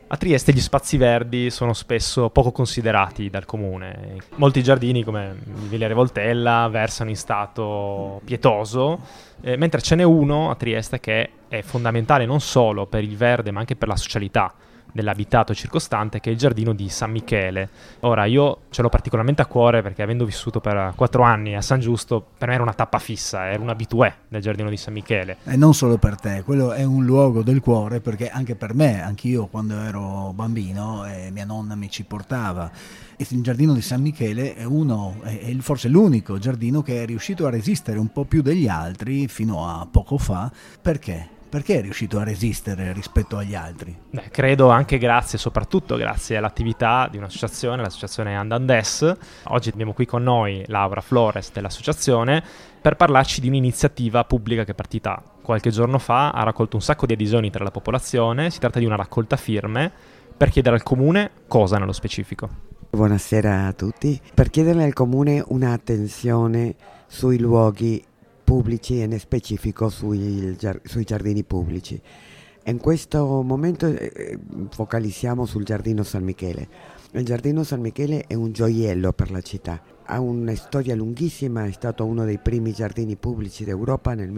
A Trieste gli spazi verdi sono spesso poco considerati dal comune. Molti giardini, come il Villa Revoltella, versano in stato pietoso, mentre ce n'è uno a Trieste che è fondamentale non solo per il verde, ma anche per la socialità dell'abitato circostante, che è il giardino di San Michele. Ora, io ce l'ho particolarmente a cuore perché, avendo vissuto per 4 anni a San Giusto, per me era una tappa fissa, ero un habitué del giardino di San Michele. E non solo per te, quello è un luogo del cuore, perché anche per me, anch'io quando ero bambino, mia nonna mi ci portava. E il giardino di San Michele è forse l'unico giardino che è riuscito a resistere un po' più degli altri fino a poco fa. Perché? Perché è riuscito a resistere rispetto agli altri? Credo anche soprattutto grazie all'attività di un'associazione, l'associazione Andandes. Oggi abbiamo qui con noi Laura Flores dell'associazione per parlarci di un'iniziativa pubblica che è partita qualche giorno fa, ha raccolto un sacco di adesioni tra la popolazione. Si tratta di una raccolta firme per chiedere al comune cosa nello specifico. Buonasera a tutti. Per chiedere al comune un'attenzione sui luoghi pubblici e in specifico sui giardini pubblici. In questo momento focalizziamo sul giardino San Michele. Il giardino San Michele è un gioiello per la città. Ha una storia lunghissima, è stato uno dei primi giardini pubblici d'Europa nel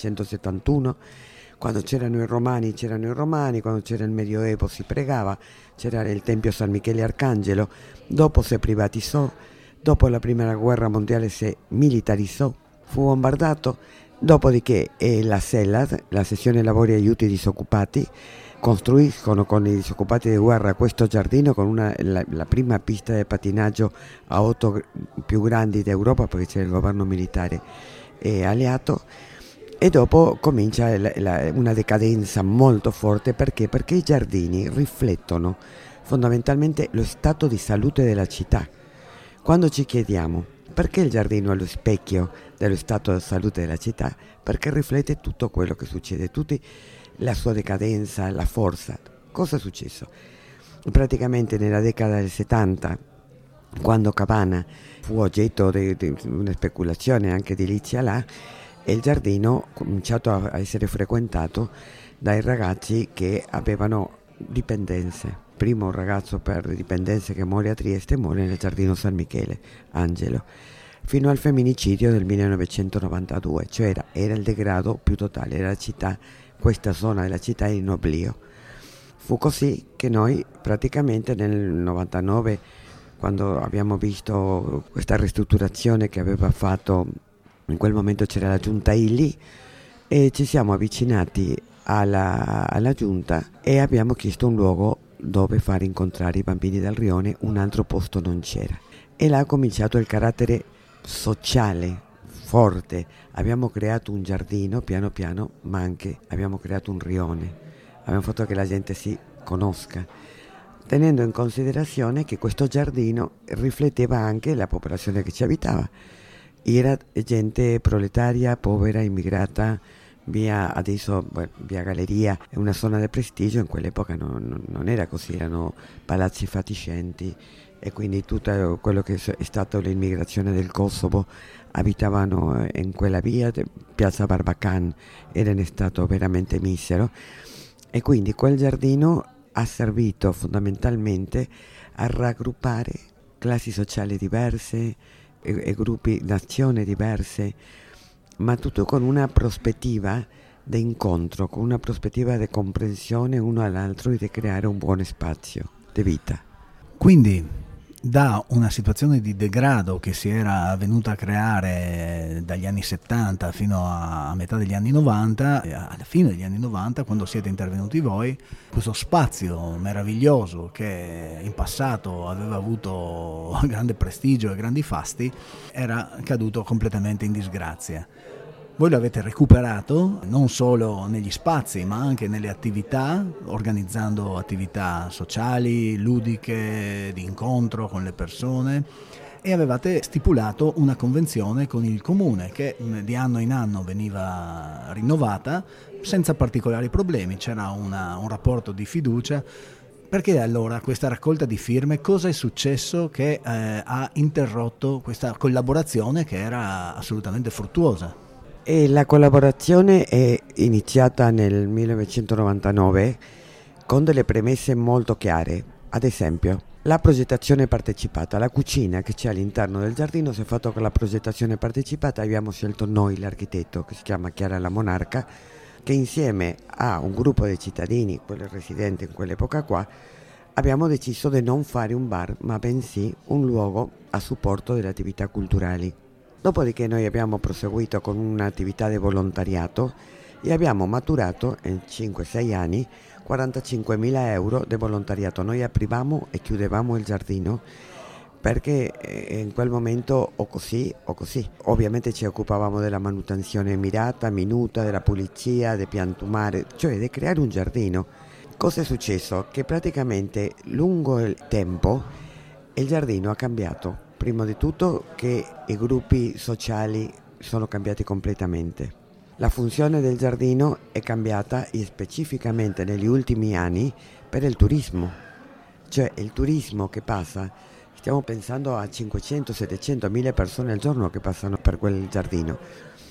1771. Quando c'erano i romani, quando c'era il Medioevo si pregava, c'era il Tempio San Michele Arcangelo, dopo si privatizzò, dopo la Prima Guerra Mondiale si militarizzò, fu bombardato, dopodiché la SELAD, la sezione lavori e aiuti disoccupati, costruiscono con i disoccupati di guerra questo giardino con la prima pista di pattinaggio a auto più grandi d'Europa, perché c'era il governo militare alleato, e dopo comincia una decadenza molto forte. Perché? Perché i giardini riflettono fondamentalmente lo stato di salute della città. Quando ci chiediamo perché il giardino è lo specchio dello stato di salute della città, perché riflette tutto quello che succede, tutta la sua decadenza, la forza. Cosa è successo? Praticamente nella decada del 70, quando Cabana fu oggetto di una speculazione anche edilizia là, il giardino ha cominciato a essere frequentato dai ragazzi che avevano dipendenze. Primo ragazzo per dipendenze che muore a Trieste muore nel giardino San Michele, Angelo, fino al femminicidio del 1992, cioè era il degrado più totale, era la città, questa zona della città era in oblio. Fu così che noi praticamente nel 99, quando abbiamo visto questa ristrutturazione che aveva fatto, in quel momento c'era la giunta Illy, e ci siamo avvicinati alla giunta e abbiamo chiesto un luogo dove far incontrare i bambini del rione. Un altro posto non c'era e là ha cominciato il carattere sociale forte. Abbiamo creato un giardino piano piano, ma anche abbiamo creato un rione, abbiamo fatto che la gente si conosca, tenendo in considerazione che questo giardino rifletteva anche la popolazione che ci abitava. Era gente proletaria, povera, immigrata. Via Galleria è una zona di prestigio, in quell'epoca non era così, erano palazzi fatiscenti e quindi tutto quello che è stato l'immigrazione del Kosovo abitavano in quella via. Piazza Barbacan era in stato veramente misero e quindi quel giardino ha servito fondamentalmente a raggruppare classi sociali diverse e gruppi d'azione diverse, ma tutto con una prospettiva di incontro, con una prospettiva di comprensione uno all'altro e di creare un buon spazio di vita. Quindi da una situazione di degrado che si era venuta a creare dagli anni 70 fino a metà degli anni 90, alla fine degli anni 90, quando siete intervenuti voi, questo spazio meraviglioso che in passato aveva avuto grande prestigio e grandi fasti, era caduto completamente in disgrazia. Voi l'avete recuperato non solo negli spazi ma anche nelle attività, organizzando attività sociali, ludiche, di incontro con le persone, e avevate stipulato una convenzione con il comune che di anno in anno veniva rinnovata senza particolari problemi, c'era un rapporto di fiducia. Perché allora questa raccolta di firme, cosa è successo che ha interrotto questa collaborazione che era assolutamente fruttuosa? E la collaborazione è iniziata nel 1999 con delle premesse molto chiare. Ad esempio, la progettazione partecipata. La cucina che c'è all'interno del giardino si è fatta con la progettazione partecipata. Abbiamo scelto noi l'architetto, che si chiama Chiara La Monarca, che insieme a un gruppo di cittadini, quelli residenti in quell'epoca qua, abbiamo deciso di non fare un bar, ma bensì un luogo a supporto delle attività culturali. Dopodiché noi abbiamo proseguito con un'attività di volontariato e abbiamo maturato in 5-6 anni 45.000 euro di volontariato. Noi aprivamo e chiudevamo il giardino perché in quel momento o così o così. Ovviamente ci occupavamo della manutenzione mirata, minuta, della pulizia, di piantumare, cioè di creare un giardino. Cosa è successo? Che praticamente lungo il tempo il giardino ha cambiato. Prima di tutto che i gruppi sociali sono cambiati completamente. La funzione del giardino è cambiata e specificamente negli ultimi anni per il turismo. Cioè il turismo che passa, stiamo pensando a 500, 700, 1000 persone al giorno che passano per quel giardino.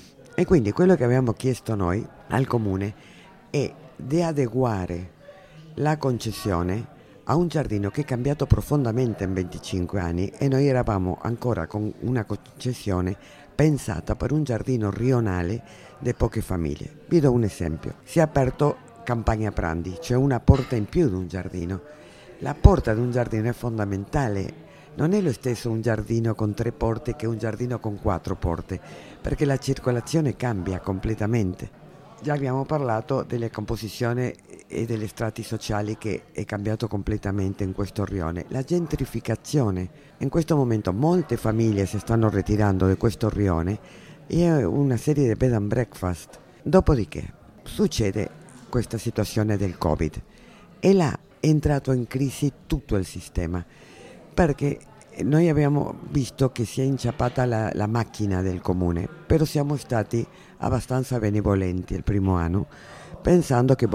E quindi quello che abbiamo chiesto noi al comune è di adeguare la concessione a un giardino che è cambiato profondamente in 25 anni e noi eravamo ancora con una concessione pensata per un giardino rionale di poche famiglie. Vi do un esempio. Si è aperto Campagna Prandi, cioè una porta in più di un giardino. La porta di un giardino è fondamentale. Non è lo stesso un giardino con 3 porte che un giardino con 4 porte, perché la circolazione cambia completamente. Già abbiamo parlato delle composizioni e delle strati sociali che è cambiato completamente in questo rione. La gentrificazione. In questo momento molte famiglie si stanno ritirando da questo rione e una serie di bed and breakfast. Dopodiché succede questa situazione del Covid e là è entrato in crisi tutto il sistema, perché noi abbiamo visto che si è inciappata la macchina del comune, però siamo stati abbastanza benevolenti il primo anno, pensando che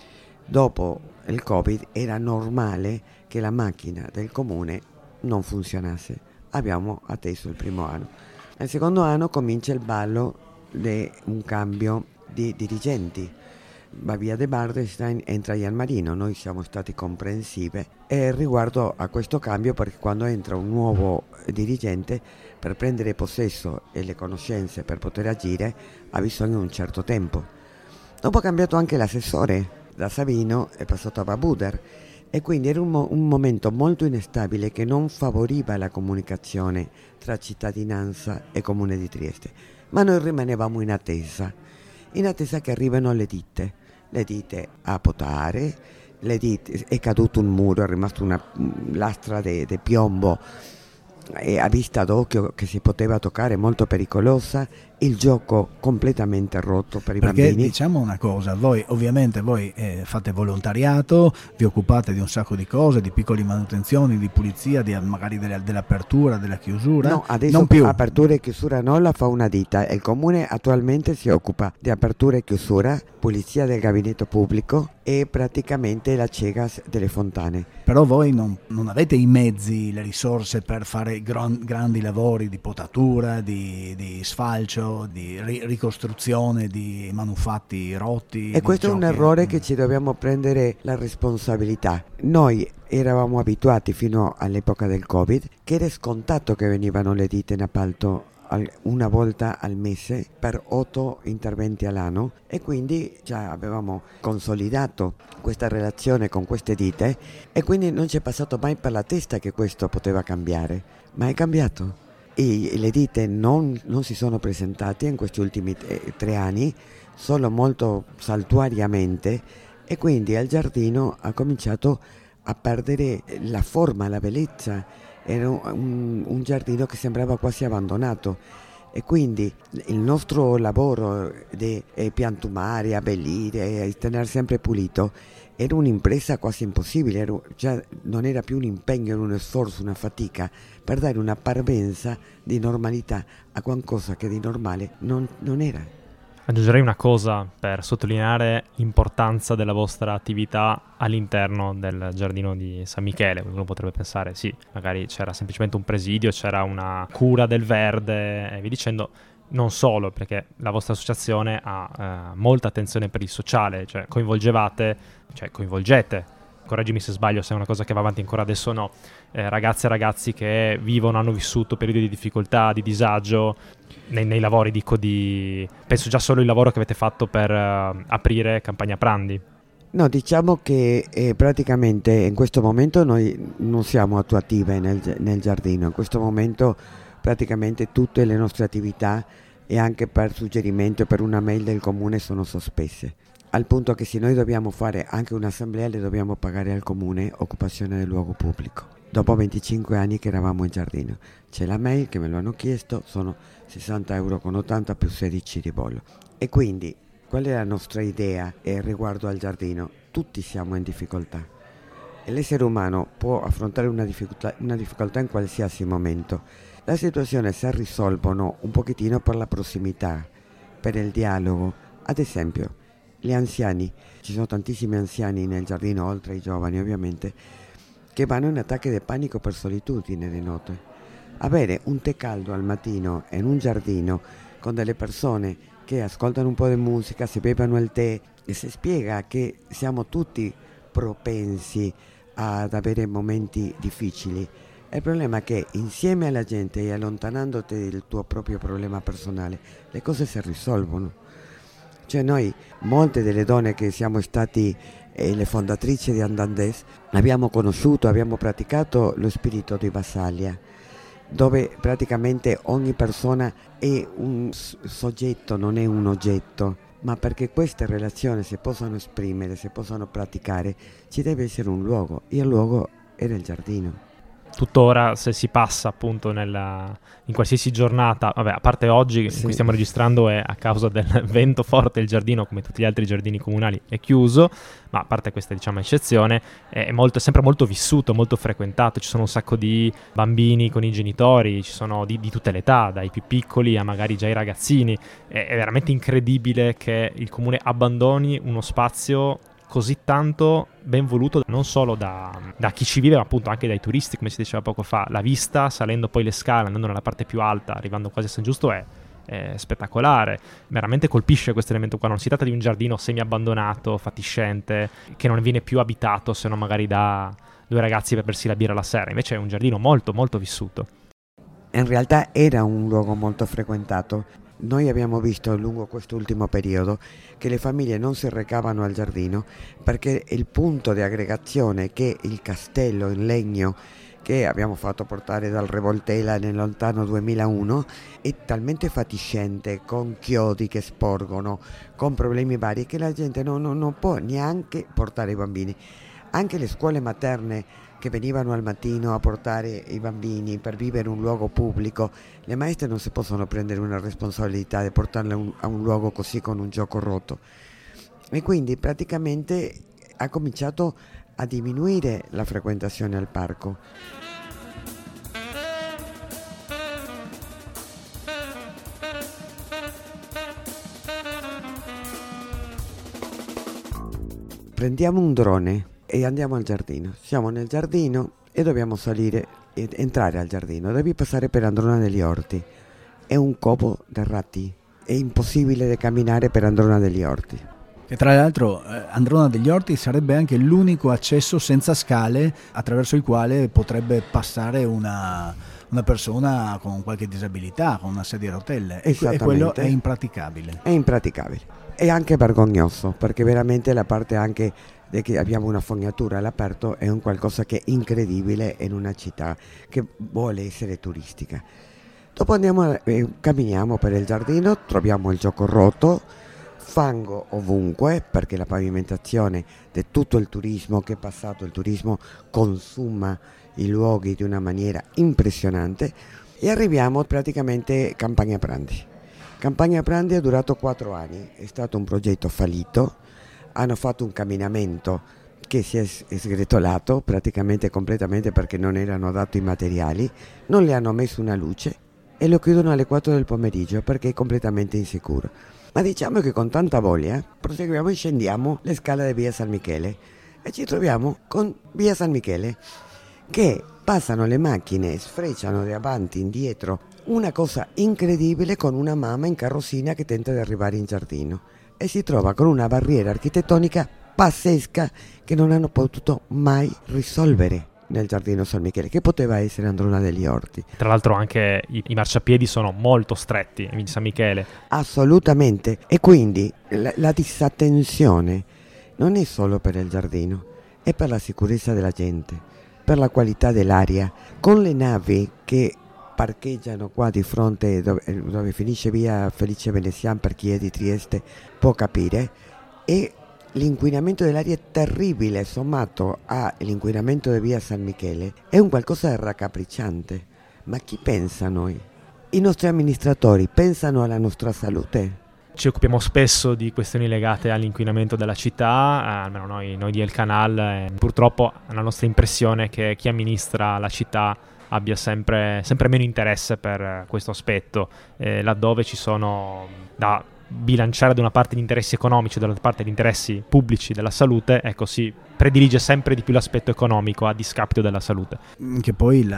dopo il Covid era normale che la macchina del comune non funzionasse. Abbiamo atteso il primo anno. Nel secondo anno comincia il ballo di un cambio di dirigenti. Va via De Bardestein, entra Ian Marino. Noi siamo stati comprensive riguardo a questo cambio, perché quando entra un nuovo dirigente, per prendere possesso e le conoscenze per poter agire ha bisogno di un certo tempo. Dopo ha cambiato anche l'assessore, da Savino è passato a Babuder, e quindi era un momento molto instabile che non favoriva la comunicazione tra cittadinanza e Comune di Trieste. Ma noi rimanevamo in attesa che arrivano le ditte a potare, è caduto un muro, è rimasta una lastra di piombo e a vista d'occhio che si poteva toccare, molto pericolosa, il gioco completamente rotto per i bambini. Perché diciamo una cosa, voi fate volontariato, vi occupate di un sacco di cose, di piccole manutenzioni, di pulizia, magari dell'apertura, della chiusura. No, adesso non più. Apertura e chiusura non la fa una ditta, il comune attualmente si occupa di apertura e chiusura, pulizia del gabinetto pubblico e praticamente la cega delle fontane. Però voi non avete i mezzi, le risorse per fare grandi lavori di potatura, di sfalcio, di ricostruzione di manufatti rotti. E questo è un errore che ci dobbiamo prendere la responsabilità. Noi eravamo abituati fino all'epoca del Covid che era scontato che venivano le ditte in appalto una volta al mese per 8 interventi all'anno, e quindi già avevamo consolidato questa relazione con queste ditte e quindi non ci è passato mai per la testa che questo poteva cambiare, ma è cambiato. E le ditte non si sono presentate in questi ultimi 3 anni, solo molto saltuariamente, e quindi il giardino ha cominciato a perdere la forma, la bellezza. Era un giardino che sembrava quasi abbandonato, e quindi il nostro lavoro di piantumare, abbellire, tenere sempre pulito era un'impresa quasi impossibile, non era più un impegno, era un sforzo, una fatica per dare una parvenza di normalità a qualcosa che di normale non era. Aggiungerei una cosa per sottolineare l'importanza della vostra attività all'interno del giardino di San Michele. Uno potrebbe pensare, sì, magari c'era semplicemente un presidio, c'era una cura del verde e via dicendo. non solo, perché la vostra associazione ha molta attenzione per il sociale, cioè coinvolgete, correggimi se sbaglio, se è una cosa che va avanti ancora adesso o no, ragazze e ragazzi che vivono, hanno vissuto periodi di difficoltà, di disagio, nei lavori, penso già solo il lavoro che avete fatto per aprire Campagna Prandi. No, diciamo che praticamente in questo momento noi non siamo attuative nel giardino, in questo momento praticamente tutte le nostre attività e anche per suggerimento per una mail del comune sono sospese, al punto che se noi dobbiamo fare anche un'assemblea le dobbiamo pagare al comune occupazione del luogo pubblico. Dopo 25 anni che eravamo in giardino, c'è la mail che me lo hanno chiesto, sono 60,80 € più 16 di bollo. E quindi qual è la nostra idea riguardo al giardino? Tutti siamo in difficoltà e l'essere umano può affrontare una difficoltà in qualsiasi momento. La situazione si risolvono un pochettino per la prossimità, per il dialogo. Ad esempio, gli anziani, ci sono tantissimi anziani nel giardino, oltre ai giovani ovviamente, che vanno in attacchi di panico per solitudine di notte. Avere un tè caldo al mattino in un giardino con delle persone che ascoltano un po' di musica, si bevono il tè e si spiega che siamo tutti propensi ad avere momenti difficili. Il problema è che insieme alla gente e allontanandoti dal tuo proprio problema personale, le cose si risolvono. Cioè noi, molte delle donne che siamo stati le fondatrici di Andandés, abbiamo conosciuto, abbiamo praticato lo spirito di Basaglia, dove praticamente ogni persona è un soggetto, non è un oggetto, ma perché queste relazioni si possano esprimere, si possano praticare, ci deve essere un luogo, e il luogo era il giardino. Tuttora, se si passa appunto in qualsiasi giornata, vabbè, a parte oggi in cui stiamo registrando è a causa del vento forte, il giardino, come tutti gli altri giardini comunali, è chiuso, ma a parte questa eccezione, è sempre molto vissuto, molto frequentato, ci sono un sacco di bambini con i genitori, ci sono di tutte le età, dai più piccoli a magari già i ragazzini. È veramente incredibile che il comune abbandoni uno spazio così tanto ben voluto non solo da chi ci vive, ma appunto anche dai turisti, come si diceva poco fa. La vista, salendo poi le scale, andando nella parte più alta, arrivando quasi a San Giusto, è spettacolare. Veramente colpisce questo elemento qua. Non si tratta di un giardino semi abbandonato, fatiscente, che non viene più abitato se non magari da due ragazzi per bersi la birra la sera. Invece è un giardino molto molto vissuto. In realtà era un luogo molto frequentato. Noi abbiamo visto lungo quest'ultimo periodo che le famiglie non si recavano al giardino perché il punto di aggregazione, che il castello in legno che abbiamo fatto portare dal Re Voltella nel lontano 2001, è talmente fatiscente, con chiodi che sporgono, con problemi vari, che la gente non può neanche portare i bambini. Anche le scuole materne che venivano al mattino a portare i bambini per vivere un luogo pubblico, le maestre non si possono prendere una responsabilità di portarle a un luogo così con un gioco rotto. E quindi praticamente ha cominciato a diminuire la frequentazione al parco. Prendiamo un drone e andiamo al giardino. Siamo nel giardino e dobbiamo salire ed entrare al giardino. Devi passare per Androna degli Orti. È un covo di ratti. È impossibile di camminare per Androna degli Orti. E tra l'altro Androna degli Orti sarebbe anche l'unico accesso senza scale attraverso il quale potrebbe passare una persona con qualche disabilità, con una sedia a rotelle. E quello è impraticabile. È impraticabile. È anche vergognoso, perché veramente la parte anche che abbiamo una fognatura all'aperto è un qualcosa che è incredibile in una città che vuole essere turistica. Dopo camminiamo per il giardino, troviamo il gioco rotto, fango ovunque, perché la pavimentazione di tutto il turismo che è passato, il turismo consuma i luoghi di una maniera impressionante, e arriviamo praticamente a Campagna Prandi. Campagna Prandi è durato 4 anni, è stato un progetto fallito. Hanno fatto un camminamento che si è sgretolato praticamente completamente perché non erano adatti i materiali, non le hanno messo una luce e lo chiudono alle 4 del pomeriggio perché è completamente insicuro. Ma diciamo che con tanta voglia proseguiamo e scendiamo le scale di via San Michele e ci troviamo con via San Michele che passano le macchine, sfrecciano di avanti, indietro, una cosa incredibile con una mamma in carrozzina che tenta di arrivare in giardino e si trova con una barriera architettonica pazzesca che non hanno potuto mai risolvere nel giardino San Michele, che poteva essere Androna degli Orti. Tra l'altro anche i marciapiedi sono molto stretti in San Michele. Assolutamente, e quindi la disattenzione non è solo per il giardino, è per la sicurezza della gente, per la qualità dell'aria. Con le navi che parcheggiano qua di fronte dove finisce via Felice Venezian, per chi è di Trieste può capire, e l'inquinamento dell'aria è terribile sommato all'inquinamento di via San Michele, è un qualcosa di raccapricciante. Ma chi pensa a noi? I nostri amministratori pensano alla nostra salute? Ci occupiamo spesso di questioni legate all'inquinamento della città, almeno noi di El Canal, purtroppo la nostra impressione è che chi amministra la città abbia sempre meno interesse per questo aspetto, laddove ci sono da bilanciare da una parte gli interessi economici e dall'altra parte gli interessi pubblici della salute, ecco, si predilige sempre di più l'aspetto economico a discapito della salute. Che poi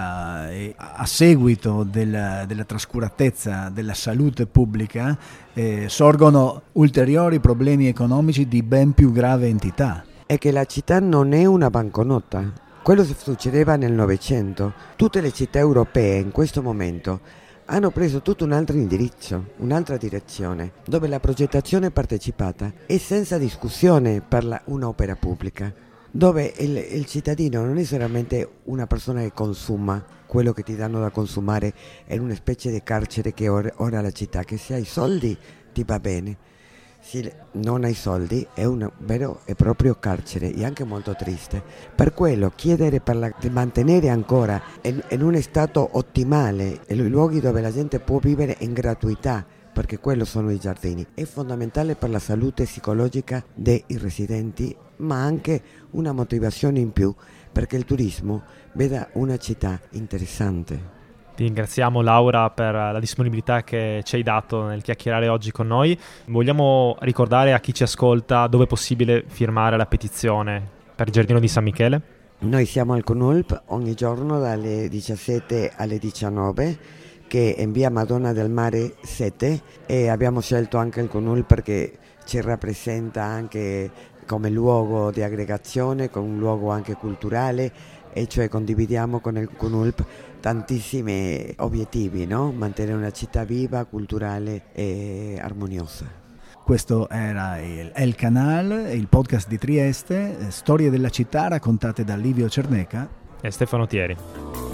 a seguito della trascuratezza della salute pubblica sorgono ulteriori problemi economici di ben più grave entità. È che la città non è una banconota. Quello che succedeva nel Novecento, tutte le città europee in questo momento hanno preso tutto un altro indirizzo, un'altra direzione, dove la progettazione partecipata è senza discussione per un'opera pubblica, dove il cittadino non è solamente una persona che consuma quello che ti danno da consumare in una specie di carcere che ora la città, che se hai soldi ti va bene. Se non hai soldi è un vero e proprio carcere e anche molto triste. Per quello chiedere di mantenere ancora in un stato ottimale i luoghi dove la gente può vivere in gratuità, perché quello sono i giardini, è fondamentale per la salute psicologica dei residenti, ma anche una motivazione in più perché il turismo veda una città interessante. Ti ringraziamo Laura per la disponibilità che ci hai dato nel chiacchierare oggi con noi. Vogliamo ricordare a chi ci ascolta dove è possibile firmare la petizione per il Giardino di San Michele? Noi siamo al CNULP ogni giorno dalle 17 alle 19, che è in via Madonna del Mare 7, e abbiamo scelto anche il CNULP perché ci rappresenta anche come luogo di aggregazione, come un luogo anche culturale, e cioè condividiamo con il CNULP tantissimi obiettivi, no? Mantenere una città viva, culturale e armoniosa. Questo era El Canal, il podcast di Trieste, storie della città raccontate da Livio Cerneca e Stefano Thieri.